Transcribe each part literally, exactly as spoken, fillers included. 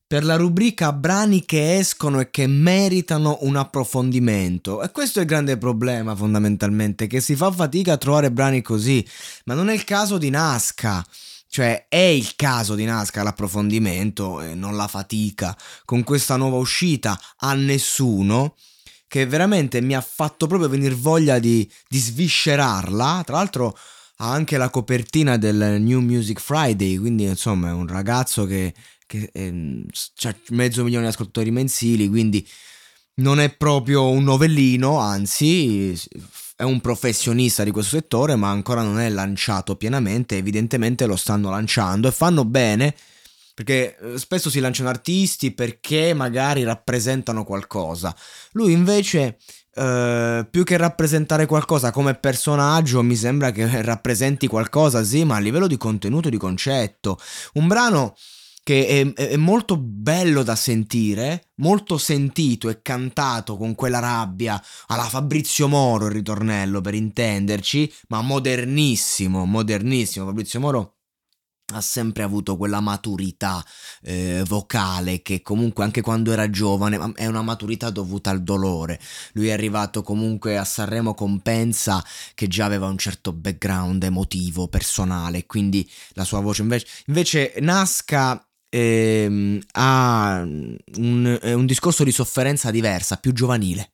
per la rubrica brani che escono e che meritano un approfondimento. E questo è il grande problema, fondamentalmente, che si fa fatica a trovare brani così, ma non è il caso di Nazca. Cioè è il caso di Nazca l'approfondimento e non la fatica con questa nuova uscita a nessuno, che veramente mi ha fatto proprio venire voglia di, di sviscerarla. Tra l'altro ha anche la copertina del New Music Friday, quindi insomma è un ragazzo che, che ha mezzo milione di ascoltatori mensili, quindi non è proprio un novellino, anzi è un professionista di questo settore, ma ancora non è lanciato pienamente. Evidentemente lo stanno lanciando e fanno bene, perché spesso si lanciano artisti perché magari rappresentano qualcosa. Lui invece Uh, più che rappresentare qualcosa come personaggio, mi sembra che rappresenti qualcosa, sì, ma a livello di contenuto e di concetto. Un brano che è, è molto bello da sentire, molto sentito e cantato con quella rabbia alla Fabrizio Moro, il ritornello per intenderci, ma modernissimo, modernissimo. Fabrizio Moro ha sempre avuto quella maturità eh, vocale che comunque anche quando era giovane è una maturità dovuta al dolore. Lui è arrivato comunque a Sanremo con Pensa, che già aveva un certo background emotivo, personale, quindi la sua voce invece, invece Nazca ehm, ha un, un discorso di sofferenza diversa, più giovanile.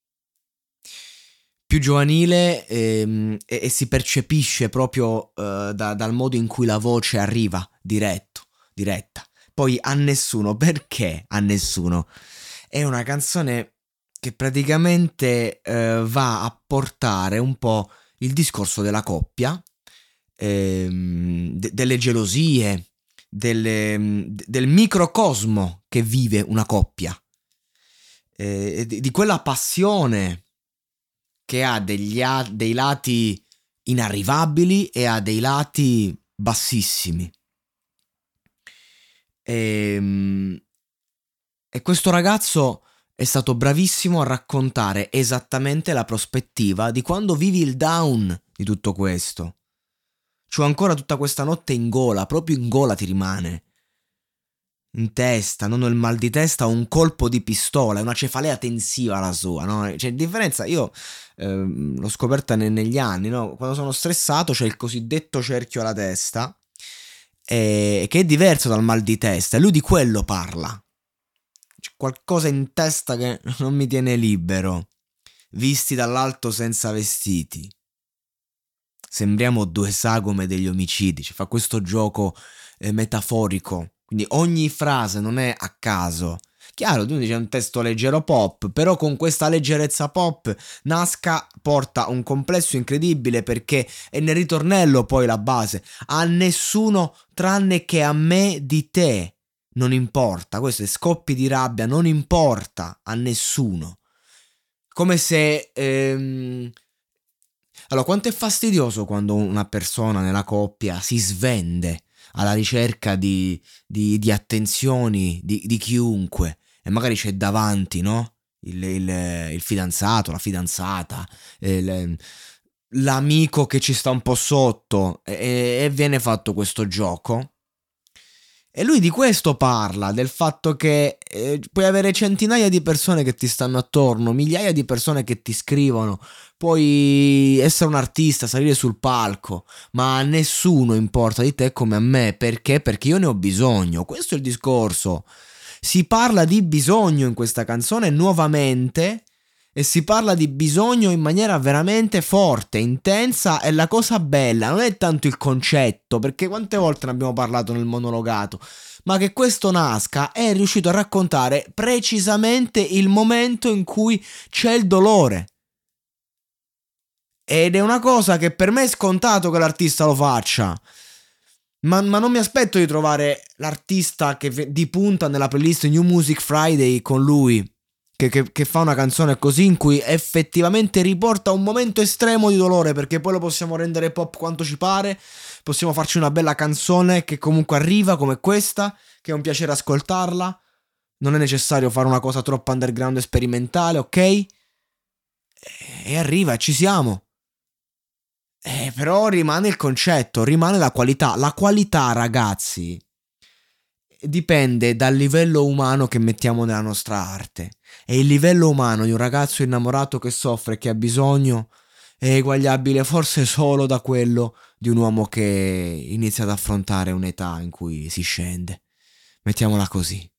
più giovanile ehm, e, e si percepisce proprio eh, da, dal modo in cui la voce arriva diretto, diretta. Poi a nessuno, perché a nessuno? È una canzone che praticamente eh, va a portare un po' il discorso della coppia, ehm, de- delle gelosie, delle, del microcosmo che vive una coppia, eh, di, di quella passione che ha degli a- dei lati inarrivabili e ha dei lati bassissimi. E, e questo ragazzo è stato bravissimo a raccontare esattamente la prospettiva di quando vivi il down di tutto questo. C'ho ancora tutta questa notte in gola, proprio in gola ti rimane. In testa, non ho il mal di testa, ho un colpo di pistola, è una cefalea tensiva la sua, no? C'è differenza, io ehm, l'ho scoperta ne- negli anni, no? Quando sono stressato c'è il cosiddetto cerchio alla testa, eh, che è diverso dal mal di testa, e lui di quello parla. C'è qualcosa in testa che non mi tiene libero, visti dall'alto senza vestiti. Sembriamo due sagome degli omicidi, cioè fa questo gioco eh, metaforico. Quindi ogni frase non è a caso. Chiaro, tu dici un testo leggero pop, però con questa leggerezza pop Nazca porta un complesso incredibile, perché è nel ritornello poi la base. A nessuno tranne che a me di te non importa. Questo è scoppi di rabbia, non importa a nessuno. Come se... Ehm... Allora, quanto è fastidioso quando una persona nella coppia si svende alla ricerca di, di, di attenzioni di, di chiunque, e magari c'è davanti, no? Il, il, il fidanzato, la fidanzata, il, l'amico che ci sta un po' sotto, e, e viene fatto questo gioco. E lui di questo parla, del fatto che eh, puoi avere centinaia di persone che ti stanno attorno, migliaia di persone che ti scrivono, puoi essere un artista, salire sul palco, ma a nessuno importa di te come a me. Perché? Perché io ne ho bisogno. Questo è il discorso. Si parla di bisogno in questa canzone nuovamente, e si parla di bisogno in maniera veramente forte, intensa, e la cosa bella non è tanto il concetto, perché quante volte ne abbiamo parlato nel monologato, ma che questo Nazca è riuscito a raccontare precisamente il momento in cui c'è il dolore. Ed è una cosa che per me è scontato che l'artista lo faccia. Ma, ma non mi aspetto di trovare l'artista che di punta nella playlist New Music Friday con lui, che, che, che fa una canzone così in cui effettivamente riporta un momento estremo di dolore, perché poi lo possiamo rendere pop quanto ci pare, possiamo farci una bella canzone che comunque arriva come questa, che è un piacere ascoltarla, non è necessario fare una cosa troppo underground e sperimentale, ok? E, e arriva, e ci siamo. Eh, però rimane il concetto, rimane la qualità. La qualità, ragazzi, dipende dal livello umano che mettiamo nella nostra arte. E il livello umano di un ragazzo innamorato che soffre e che ha bisogno è eguagliabile forse solo da quello di un uomo che inizia ad affrontare un'età in cui si scende. Mettiamola così.